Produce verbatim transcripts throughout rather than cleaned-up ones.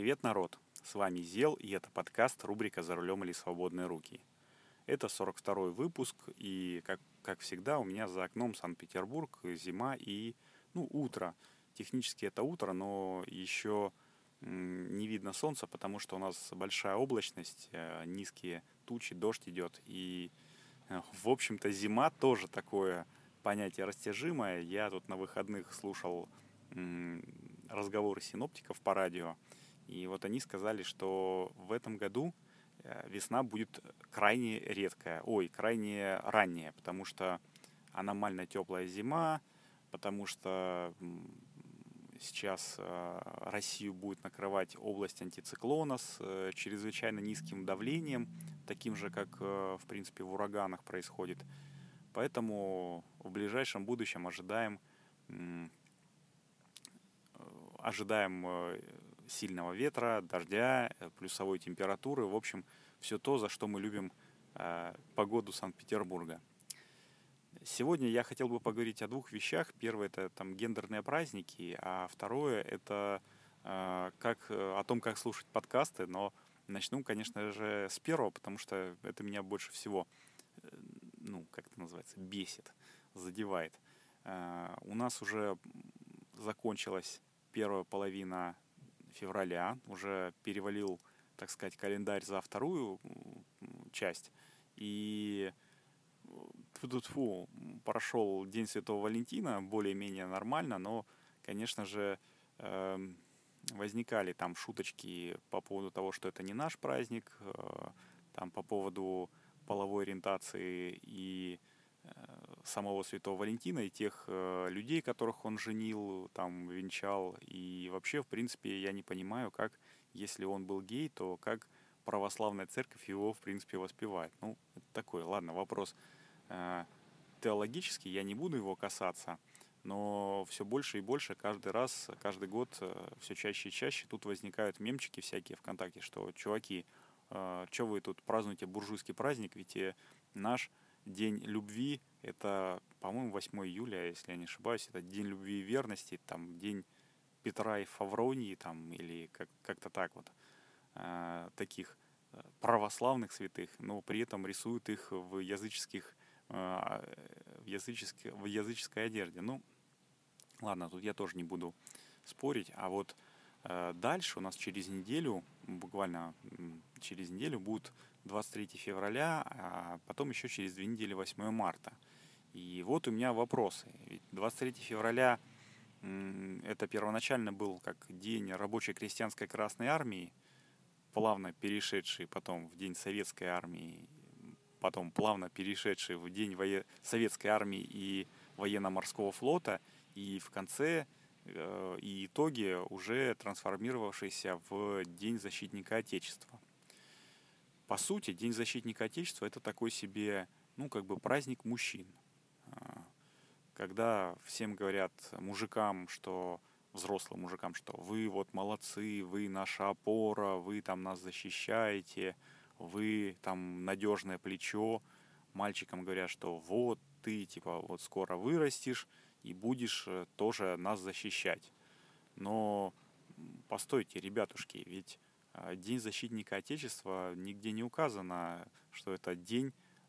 Привет, народ! С вами Зел, и это подкаст, рубрика «За рулем или свободные руки». Это сорок второй выпуск, и, как, как всегда, у меня за окном Санкт-Петербург, зима и, ну, утро. Технически это утро, но еще м, не видно солнца, потому что у нас большая облачность, э, низкие тучи, дождь идет. И, э, в общем-то, зима тоже такое понятие растяжимое. Я тут на выходных слушал м, разговоры синоптиков по радио, и вот они сказали, что в этом году э, весна будет крайне редкая, ой, крайне ранняя, потому что аномально теплая зима, потому что м, сейчас э, Россию будет накрывать область антициклона с э, чрезвычайно низким давлением, таким же, как, э, в принципе, в ураганах происходит. Поэтому в ближайшем будущем ожидаем, м, ожидаем э, сильного ветра, дождя, э, плюсовой температуры. В общем, все то, за что мы любим э, погоду Санкт-Петербурга. Сегодня я хотел бы поговорить о двух вещах. Первое — это там гендерные праздники, а второе — это э, как, э, о том, как слушать подкасты. Но начну, конечно же, с первого, потому что это меня больше всего, э, ну, как это называется, бесит, задевает. Э, у нас уже закончилась первая половина февраля, уже перевалил, так сказать, календарь за вторую м, часть. И тьфу-тьфу, прошел День Святого Валентина более-менее нормально, но, конечно же, эм, возникали там шуточки по поводу того, что это не наш праздник, э, там по поводу половой ориентации и э, самого Святого Валентина, и тех э, людей, которых он женил, там, венчал. И вообще, в принципе, я не понимаю, как, если он был гей, то как православная церковь его, в принципе, воспевает. Ну, это такой, ладно, вопрос э, теологический, я не буду его касаться, но все больше и больше каждый раз, каждый год, э, все чаще и чаще тут возникают мемчики всякие ВКонтакте, что, чуваки, э, что вы тут празднуете буржуйский праздник, ведь э, наш День любви, это, по-моему, восьмое июля, если я не ошибаюсь, это День любви и верности, там, День Петра и Фавронии, там, или как- как-то так вот, э, таких э, православных святых, но при этом рисуют их в языческих, э, в языческой, в языческой одежде. Ну, ладно, тут я тоже не буду спорить. А вот э, дальше у нас через неделю, буквально м, через неделю будет двадцать третьего февраля, а потом еще через две недели восьмое марта. И вот у меня вопросы. Ведь двадцать третьего февраля м, это первоначально был как День рабочей крестьянской Красной Армии, плавно перешедший потом в День Советской Армии, потом плавно перешедший в День вое... Советской Армии и Военно-Морского флота, и в конце э, и итоге уже трансформировавшийся в День Защитника Отечества. По сути, День Защитника Отечества — это такой себе, ну, как бы праздник мужчин. А, Когда всем говорят, мужикам, что взрослым мужикам, что вы вот молодцы, вы наша опора, вы там нас защищаете, вы там надежное плечо. Мальчикам говорят, что вот ты типа вот скоро вырастешь и будешь э, тоже нас защищать. Но м, постойте, ребятушки, ведь э, День защитника Отечества нигде не указано, что это день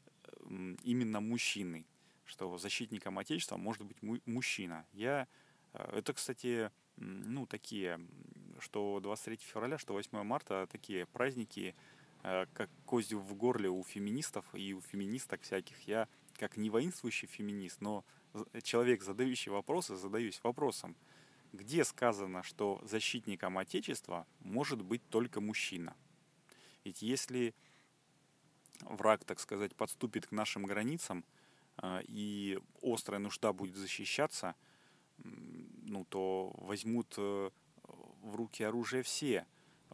м, именно мужчины, что защитником Отечества может быть му- мужчина. Я, э, это, кстати, м, ну, такие, м, что двадцать третьего февраля, что восьмое марта, такие праздники, э, как кость в горле у феминистов и у феминисток всяких. Я как не воинствующий феминист, но з- человек, задающий вопросы, задаюсь вопросом, где сказано, что защитником Отечества может быть только мужчина? Ведь если враг, так сказать, подступит к нашим границам, а, и острая нужда будет защищаться, м, ну, то возьмут э, в руки оружие все.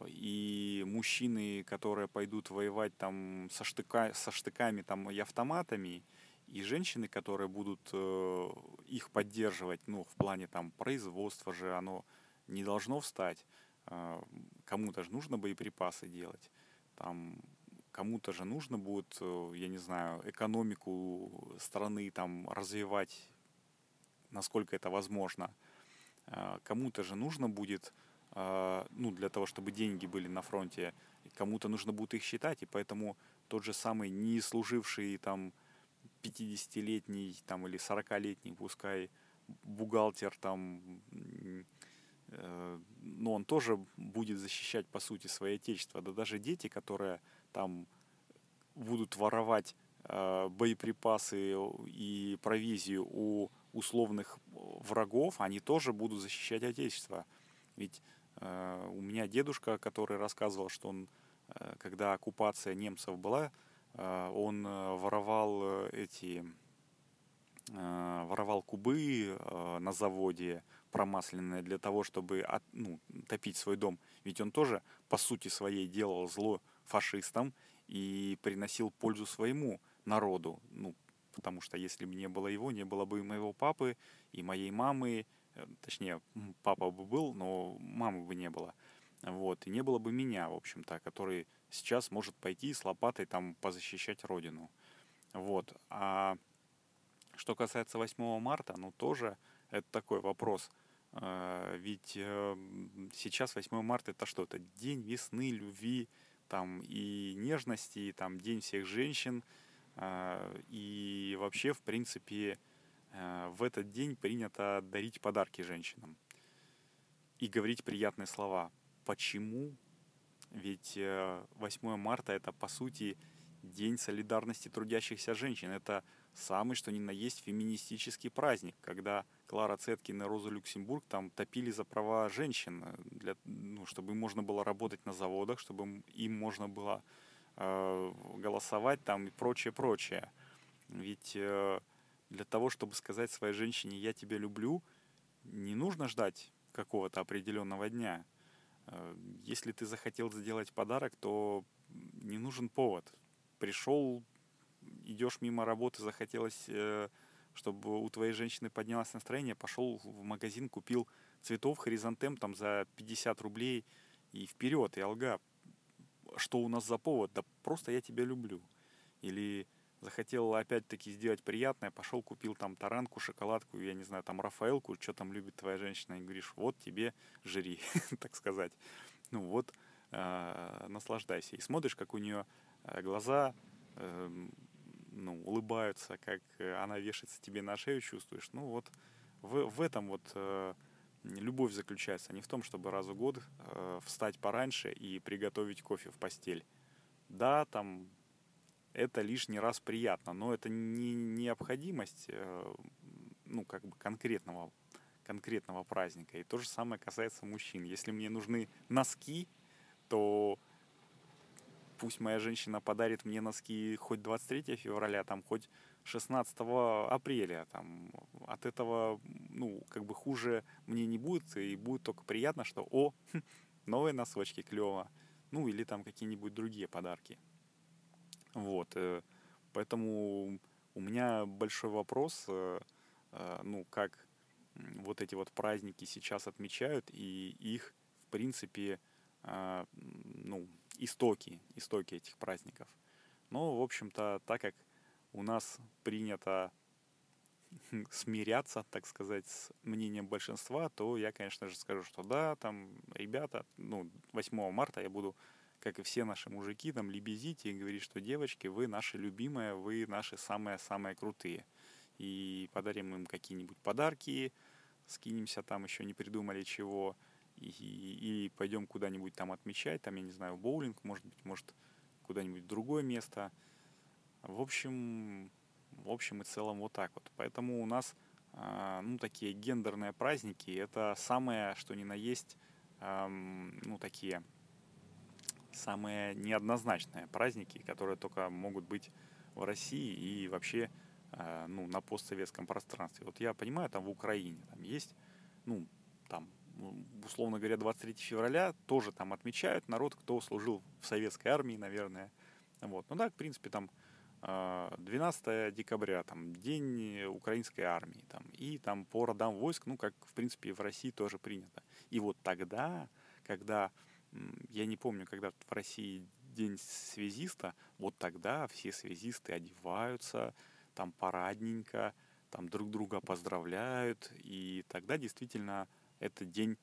И мужчины, которые пойдут воевать там со, штыка, со штыками там, и автоматами, и женщины, которые будут э, их поддерживать, ну, в плане там производства же, оно не должно встать. Э, Кому-то же нужно боеприпасы делать. Там кому-то же нужно будет, э, я не знаю, экономику страны там развивать, насколько это возможно. Э, Кому-то же нужно будет э, ну, для того, чтобы деньги были на фронте, кому-то нужно будет их считать, и поэтому тот же самый не служивший там пятидесятилетний там, или сорокалетний, пускай бухгалтер там, э, но он тоже будет защищать по сути свое отечество. Да даже дети, которые там будут воровать э, боеприпасы и провизию у условных врагов, они тоже будут защищать отечество. Ведь э, у меня дедушка, который рассказывал, что он, э, когда оккупация немцев была, э, он э, воровал э, эти э, воровал кубы э, на заводе промасленные для того, чтобы от, ну, топить свой дом. Ведь он тоже по сути своей делал зло фашистам и приносил пользу своему народу. Ну, потому что если бы не было его, не было бы и моего папы, и моей мамы, э, точнее, папа бы был, но мамы бы не было. Вот, и не было бы меня, в общем-то, который сейчас может пойти с лопатой там позащищать родину. Вот. А что касается восьмого марта, ну тоже это такой вопрос. Э, Ведь э, сейчас восьмое марта это что? Это день весны, любви там, и нежности, и, там, день всех женщин. Э, И вообще, в принципе, э, в этот день принято дарить подарки женщинам и говорить приятные слова. Почему? Ведь э, восьмое марта это по сути День солидарности трудящихся женщин. Это самый что ни на есть феминистический праздник, когда Клара Цеткин и Роза Люксембург там топили за права женщин, э, для, ну, чтобы им можно было работать на заводах, чтобы им им можно было э, голосовать там и прочее, прочее. Ведь э, для того, чтобы сказать своей женщине «я тебя люблю», не нужно ждать какого-то определенного дня. Э, Если ты захотел сделать подарок, то не нужен повод. Пришел, идешь мимо работы, захотелось, э, чтобы у твоей женщины поднялось настроение, пошел в магазин, купил цветов хризантем там за пятьдесят рублей и вперед, и алга. Что у нас за повод? Да просто я тебя люблю. Или захотел опять-таки сделать приятное, пошел купил там таранку, шоколадку, я не знаю, там Рафаэлку, что там любит твоя женщина, и говоришь, вот тебе жри, так сказать. Ну вот, э, наслаждайся. И смотришь, как у нее э, глаза э, ну, улыбаются, как э, она вешается тебе на шею, чувствуешь. Ну вот в, в этом вот э, любовь заключается, не в том, чтобы раз в год э, встать пораньше и приготовить кофе в постель. Да, там это лишний раз приятно, но это не необходимость, э, ну, как бы конкретного, конкретного праздника. И то же самое касается мужчин. Если мне нужны носки, то пусть моя женщина подарит мне носки хоть двадцать третьего февраля, там, хоть шестнадцатого апреля. Там, от этого, ну, как бы хуже мне не будет, и будет только приятно, что, о, новые носочки, клево. Ну, или там какие-нибудь другие подарки. Вот. э, Поэтому у меня большой вопрос, э, э, ну, как м, вот эти вот праздники сейчас отмечают, и их, в принципе, а, м, ну, истоки, истоки этих праздников. Но, в общем-то, так как у нас принято смиряться, так сказать, с мнением большинства, то я, конечно же, скажу, что да, там, ребята, ну, восьмого марта я буду, как и все наши мужики, там, лебезить и говорить, что девочки, вы наши любимые, вы наши самые-самые крутые. И подарим им какие-нибудь подарки, скинемся там, еще не придумали чего, и, и, и пойдем куда-нибудь там отмечать, там, я не знаю, в боулинг, может быть, может, куда-нибудь в другое место. В общем, в общем и целом вот так вот. Поэтому у нас, а, ну, такие гендерные праздники, это самое, что ни на есть, ам, ну, такие самые неоднозначные праздники, которые только могут быть в России и вообще, а, ну, на постсоветском пространстве. Вот я понимаю, там в Украине там есть, ну, там, ну, условно говоря, двадцать третьего февраля тоже там отмечают народ, кто служил в советской армии, наверное. Вот. Ну да, в принципе, там а, двенадцатого декабря, там, День украинской армии, там, и там по родам войск, ну, как, в принципе, в России тоже принято. И вот тогда, когда, м, я не помню, когда в России День связиста, вот тогда все связисты одеваются, там, парадненько, там, друг друга поздравляют, и тогда действительно этот день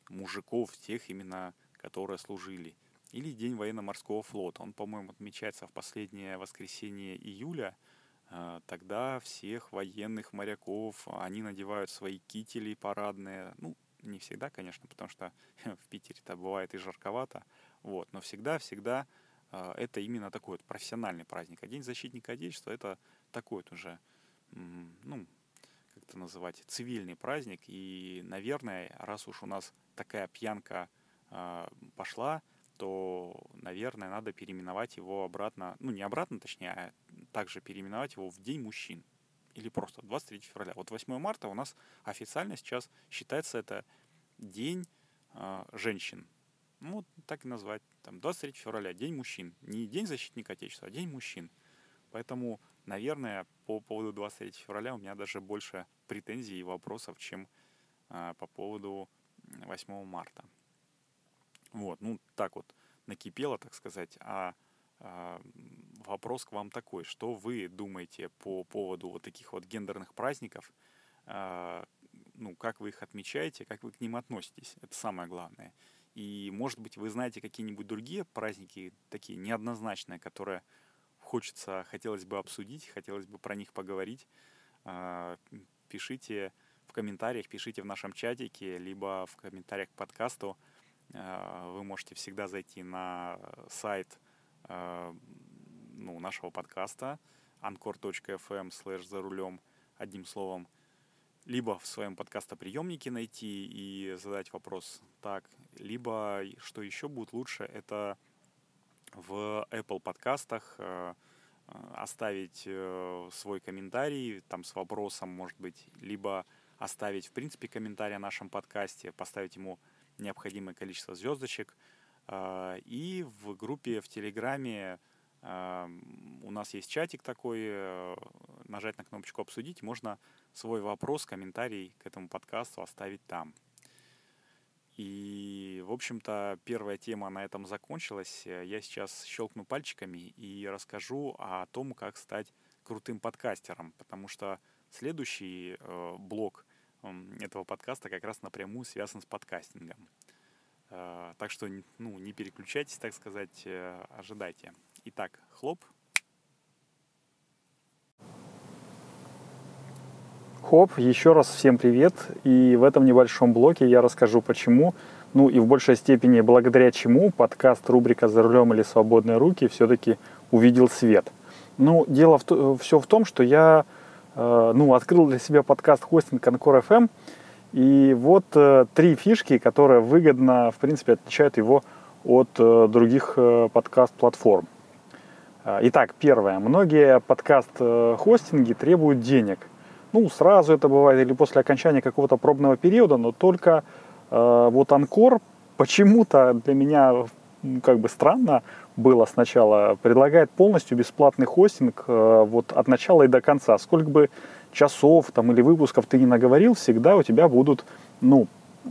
мужиков, тех именно, которые служили. Или День военно-морского флота. Он, по-моему, отмечается в последнее воскресенье июля. Тогда всех военных моряков, они надевают свои кители парадные. Ну, не всегда, конечно, потому что в Питере-то бывает и жарковато. Вот. Но всегда-всегда это именно такой вот профессиональный праздник. А День защитника Отечества — это такой вот уже, ну, как это называть, цивильный праздник. И, наверное, раз уж у нас такая пьянка пошла, то, наверное, надо переименовать его обратно, ну, не обратно, точнее, а также переименовать его в День мужчин. Или просто двадцать третьего февраля. Вот восьмое марта у нас официально сейчас считается это День э, женщин. Ну, вот так и назвать. Там, двадцать третьего февраля, День мужчин. Не День защитника Отечества, а День мужчин. Поэтому, наверное, по поводу двадцать третьего февраля у меня даже больше претензий и вопросов, чем э, по поводу восьмого марта. Вот, ну, так вот накипело, так сказать. А, а вопрос к вам такой: что вы думаете по поводу вот таких вот гендерных праздников? А, ну, как вы их отмечаете, как вы к ним относитесь? Это самое главное. И, может быть, вы знаете какие-нибудь другие праздники, такие неоднозначные, которые хочется, хотелось бы обсудить, хотелось бы про них поговорить. А, пишите в комментариях, пишите в нашем чатике, либо в комментариях к подкасту. Вы можете всегда зайти на сайт ну, нашего подкаста анкор точка эф эм слэш за рулем, одним словом, либо в своем подкастоприемнике найти и задать вопрос так, либо, что еще будет лучше, это в Apple подкастах оставить свой комментарий там с вопросом, может быть, либо оставить, в принципе, комментарий о нашем подкасте, поставить ему необходимое количество звездочек. И в группе в Телеграме у нас есть чатик такой, нажать на кнопочку «Обсудить», можно свой вопрос, комментарий к этому подкасту оставить там. И, в общем-то, первая тема на этом закончилась. Я сейчас щелкну пальчиками и расскажу о том, как стать крутым подкастером, потому что следующий блок этого подкаста как раз напрямую связан с подкастингом. Так что, ну, не переключайтесь, так сказать, ожидайте. Итак, хлоп. Хоп, еще раз всем привет. И в этом небольшом блоке я расскажу, почему, ну и в большей степени благодаря чему подкаст рубрика «За рулем или свободные руки» все-таки увидел свет. Ну, дело в, все в том, что я э, ну, открыл для себя подкаст-хостинг Анкор точка эф эм. И вот э, три фишки, которые выгодно, в принципе, отличают его от э, других э, подкаст-платформ. Итак, первое. Многие подкаст-хостинги требуют денег. Ну, сразу это бывает или после окончания какого-то пробного периода, но только э, вот Анкор почему-то для меня ну, как бы странно было сначала, предлагает полностью бесплатный хостинг э, вот от начала и до конца. Сколько бы часов там или выпусков ты не наговорил, всегда у тебя будут, ну,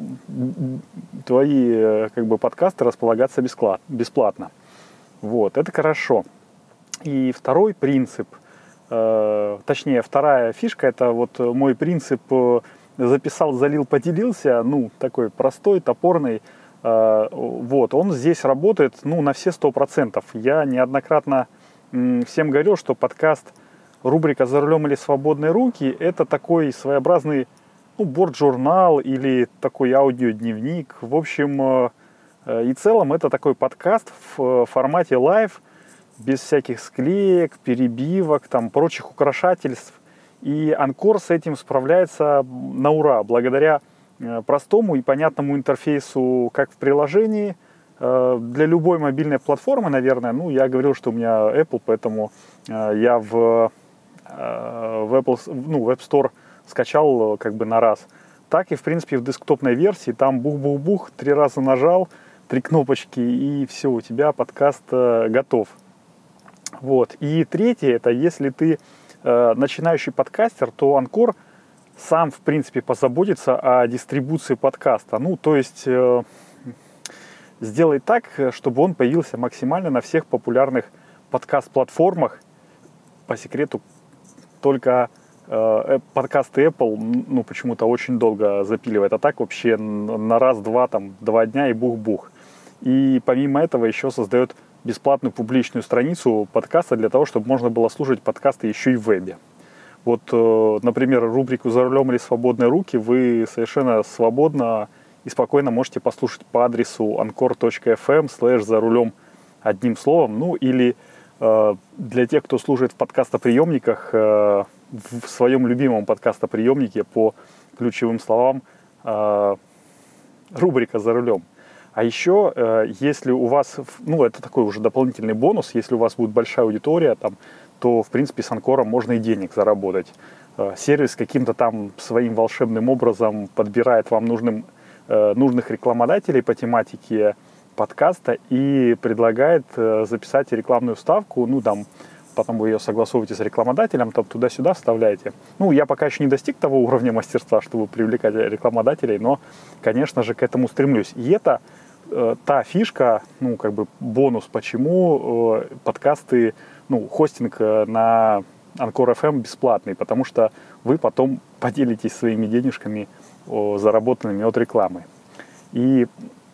твои э, как бы подкасты располагаться бесплатно. Вот, это хорошо. И второй принцип, э, точнее, вторая фишка, это вот мой принцип э, записал, залил, поделился, ну, такой простой, топорный. Э, вот, он здесь работает, ну, на все сто процентов. Я неоднократно м, всем говорил, что подкаст рубрика «За рулем или свободные руки» это такой своеобразный, ну, борт-журнал или такой аудиодневник. В общем э, и целом это такой подкаст в формате лайв, без всяких склеек, перебивок, там, прочих украшательств. И Анкор с этим справляется на ура, благодаря э, простому и понятному интерфейсу, как в приложении. Э, для любой мобильной платформы, наверное, ну, я говорил, что у меня Apple, поэтому э, я в, э, в, Apple, ну, в App Store скачал как бы на раз. Так и, в принципе, в десктопной версии, там бух-бух-бух, три раза нажал, три кнопочки, и все, у тебя подкаст э, готов. Вот. И третье, это если ты э, начинающий подкастер, то Анкор сам, в принципе, позаботится о дистрибуции подкаста. Ну, то есть э, сделай так, чтобы он появился максимально на всех популярных подкаст-платформах. По секрету, только э, подкасты Apple, ну, почему-то очень долго запиливает, а так вообще на раз-два, там, два дня и бух-бух. И помимо этого еще создает бесплатную публичную страницу подкаста для того, чтобы можно было слушать подкасты еще и в вебе. Вот, э, например, рубрику «За рулем или свободные руки» вы совершенно свободно и спокойно можете послушать по адресу анкор точка эф эм слэш за рулем одним словом. Ну или э, для тех, кто слушает в подкастоприемниках, э, в своем любимом подкастоприемнике по ключевым словам э, рубрика «За рулем». А еще, э, если у вас, ну это такой уже дополнительный бонус, если у вас будет большая аудитория, там, то в принципе с Анкором можно и денег заработать. Э, сервис каким-то там своим волшебным образом подбирает вам нужным нужных рекламодателей по тематике подкаста и предлагает записать рекламную вставку, ну там, потом вы ее согласовываете с рекламодателем, там туда-сюда вставляете. Ну, я пока еще не достиг того уровня мастерства, чтобы привлекать рекламодателей, но, конечно же, к этому стремлюсь. И это э, та фишка, ну, как бы бонус, почему э, подкасты, ну, хостинг на Анкор точка эф эм бесплатный, потому что вы потом поделитесь своими денежками, заработанными от рекламы. И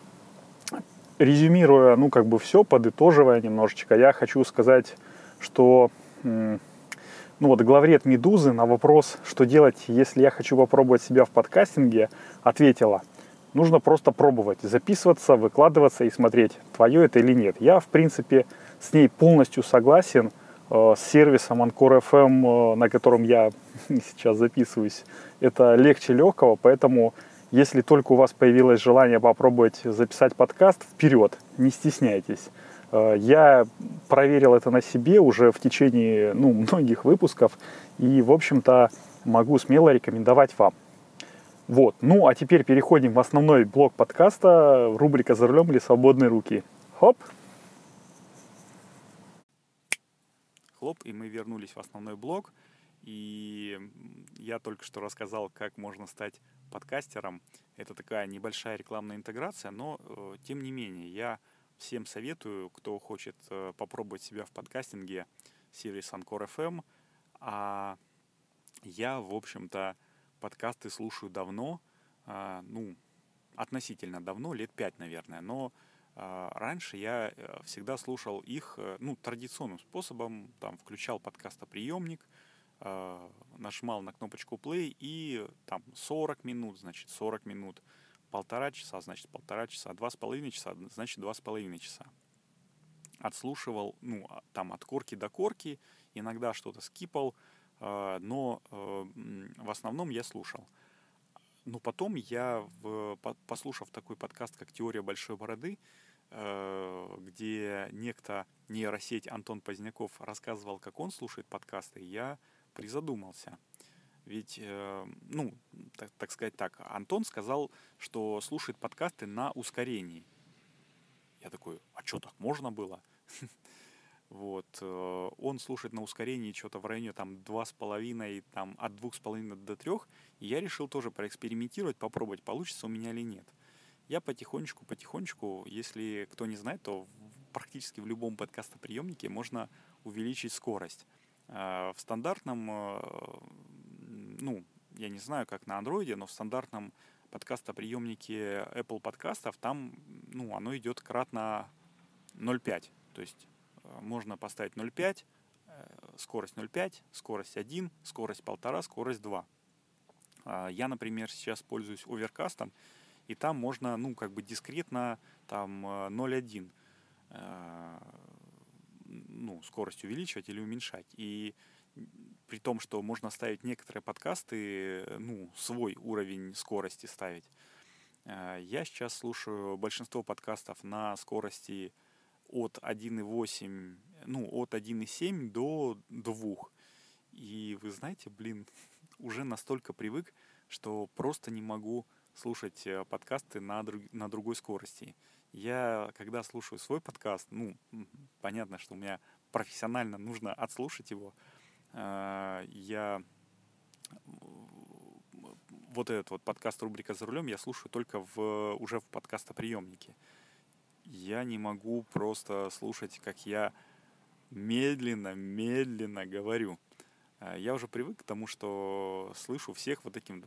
резюмируя, ну, как бы все, подытоживая немножечко, я хочу сказать, что, ну, вот главред «Медузы» на вопрос, что делать, если я хочу попробовать себя в подкастинге, ответила: нужно просто пробовать, записываться, выкладываться и смотреть, твое это или нет. Я, в принципе, с ней полностью согласен. С сервисом Анкор точка эф эм, на котором я сейчас записываюсь, это легче легкого, поэтому если только у вас появилось желание попробовать записать подкаст, вперед, не стесняйтесь. Я проверил это на себе уже в течение, ну, многих выпусков и, в общем-то, могу смело рекомендовать вам. Вот, ну а теперь переходим в основной блок подкаста, рубрика «За рулем или свободные руки». Хоп! Хлоп, и мы вернулись в основной блок. И я только что рассказал, как можно стать подкастером. Это такая небольшая рекламная интеграция, но э, тем не менее я всем советую, кто хочет э, попробовать себя в подкастинге, сервис Анкор точка эф эм. А я, в общем-то, подкасты слушаю давно, э, ну, относительно давно, лет пять, наверное, но раньше я всегда слушал их, ну, традиционным способом, там, включал подкастоприемник, нажимал на кнопочку play и там сорок минут, значит, сорок минут, полтора часа, значит, полтора часа, два с половиной часа, значит, два с половиной часа. Отслушивал, ну, там, от корки до корки, иногда что-то скипал, но в основном я слушал. Но потом я, в, послушав такой подкаст, как «Теория большой бороды», где некто нейросеть Антон Поздняков рассказывал, как он слушает подкасты, я призадумался. Ведь, ну, так, так сказать так, Антон сказал, что слушает подкасты на ускорении. Я такой: а что, так можно было? Вот, он слушает на ускорении что-то в районе там два с половиной, там от двух с половиной до трех, и я решил тоже проэкспериментировать, попробовать, получится у меня или нет. Я потихонечку, потихонечку, если кто не знает, то практически в любом подкастоприемнике можно увеличить скорость. В стандартном, ну, я не знаю, как на андроиде, но в стандартном подкастоприемнике Apple подкастов там, ну, оно идет кратно ноль целых пять. То есть можно поставить ноль целых пять, скорость ноль целых пять, скорость один, скорость полтора, скорость два. Я, например, сейчас пользуюсь Overcast, и там можно, ну, как бы дискретно там ноль целых один, ну, скорость увеличивать или уменьшать. И при том, что можно ставить некоторые подкасты, ну, свой уровень скорости ставить. Я сейчас слушаю большинство подкастов на скорости от один целых восемь, ну, от один целых семь до двух. И вы знаете, блин, уже настолько привык, что просто не могу слушать подкасты на, друг, на другой скорости. Я, когда слушаю свой подкаст, ну, понятно, что у меня профессионально нужно отслушать его. Я вот этот вот подкаст рубрика «За рулем» я слушаю только в, уже в подкастоприемнике. Я не могу просто слушать, как я медленно, медленно говорю. Я уже привык к тому, что слышу всех вот таким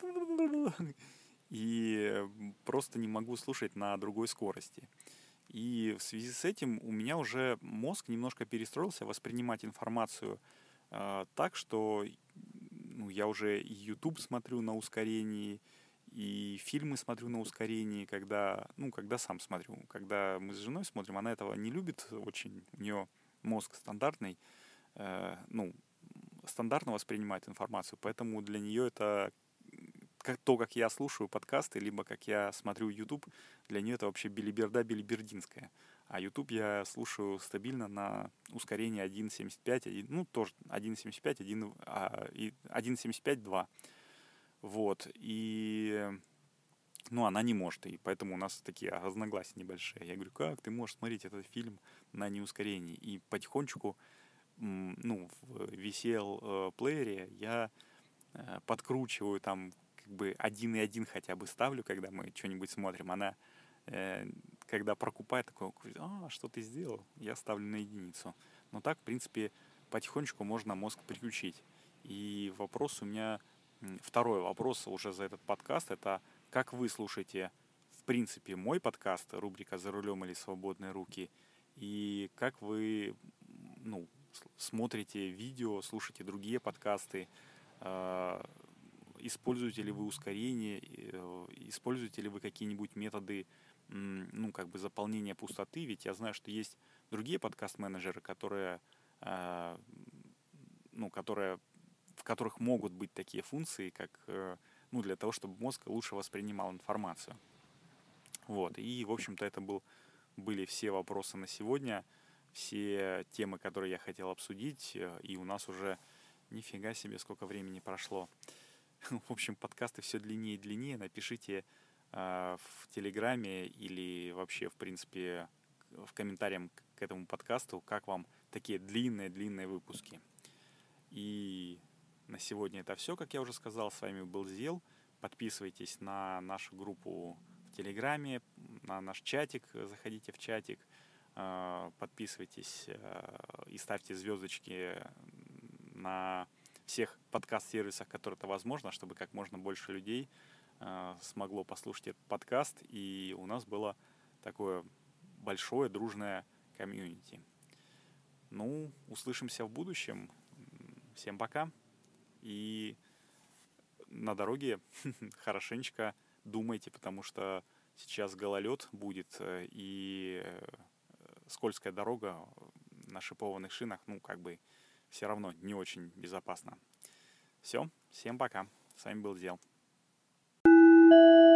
и просто не могу слушать на другой скорости. И в связи с этим у меня уже мозг немножко перестроился воспринимать информацию э, так, что ну, я уже и YouTube смотрю на ускорении, и фильмы смотрю на ускорении, когда, ну, когда сам смотрю. Когда мы с женой смотрим, она этого не любит очень, у нее мозг стандартный, э, ну, стандартно воспринимает информацию, поэтому для нее это как то, как я слушаю подкасты, либо как я смотрю YouTube, для нее это вообще билиберда билибердинская. А YouTube я слушаю стабильно на ускорении один семьдесят пять, ну, тоже один семьдесят пять, один, а, и один семьдесят пять два. Вот. И ну, она не может, и поэтому у нас такие разногласия небольшие. Я говорю, как ты можешь смотреть этот фильм на неускорении? И потихонечку, ну, в ви си эл-плеере я подкручиваю там, как бы один и один хотя бы ставлю, когда мы что-нибудь смотрим. Она, э, когда прокупает, такой, а, что ты сделал? Я ставлю на единицу. Но так, в принципе, потихонечку можно мозг переключить. И вопрос у меня, второй вопрос уже за этот подкаст, это как вы слушаете, в принципе, мой подкаст, рубрика «За рулем или свободные руки», и как вы, ну, смотрите видео, слушаете другие подкасты, используете ли вы ускорение, используете ли вы какие-нибудь методы, ну, как бы заполнения пустоты, ведь я знаю, что есть другие подкаст-менеджеры, которые, ну, которые, в которых могут быть такие функции, как, ну, для того, чтобы мозг лучше воспринимал информацию. Вот, и, в общем-то, это был, были все вопросы на сегодня, все темы, которые я хотел обсудить, и у нас уже нифига себе, сколько времени прошло. В общем, подкасты все длиннее и длиннее. Напишите э, в Телеграме или вообще, в принципе, в комментариях к этому подкасту, как вам такие длинные-длинные выпуски. И на сегодня это все, как я уже сказал. С вами был Зел. Подписывайтесь на нашу группу в Телеграме, на наш чатик. Заходите в чатик. Э, подписывайтесь э, и ставьте звездочки на всех подкаст-сервисах, которые это возможно, чтобы как можно больше людей э, смогло послушать этот подкаст, и у нас было такое большое дружное комьюнити. Ну, услышимся в будущем. Всем пока. И на дороге хорошенечко думайте, потому что сейчас гололед будет, и скользкая дорога на шипованных шинах, ну, как бы все равно не очень безопасно. Все, всем пока. С вами был Зел.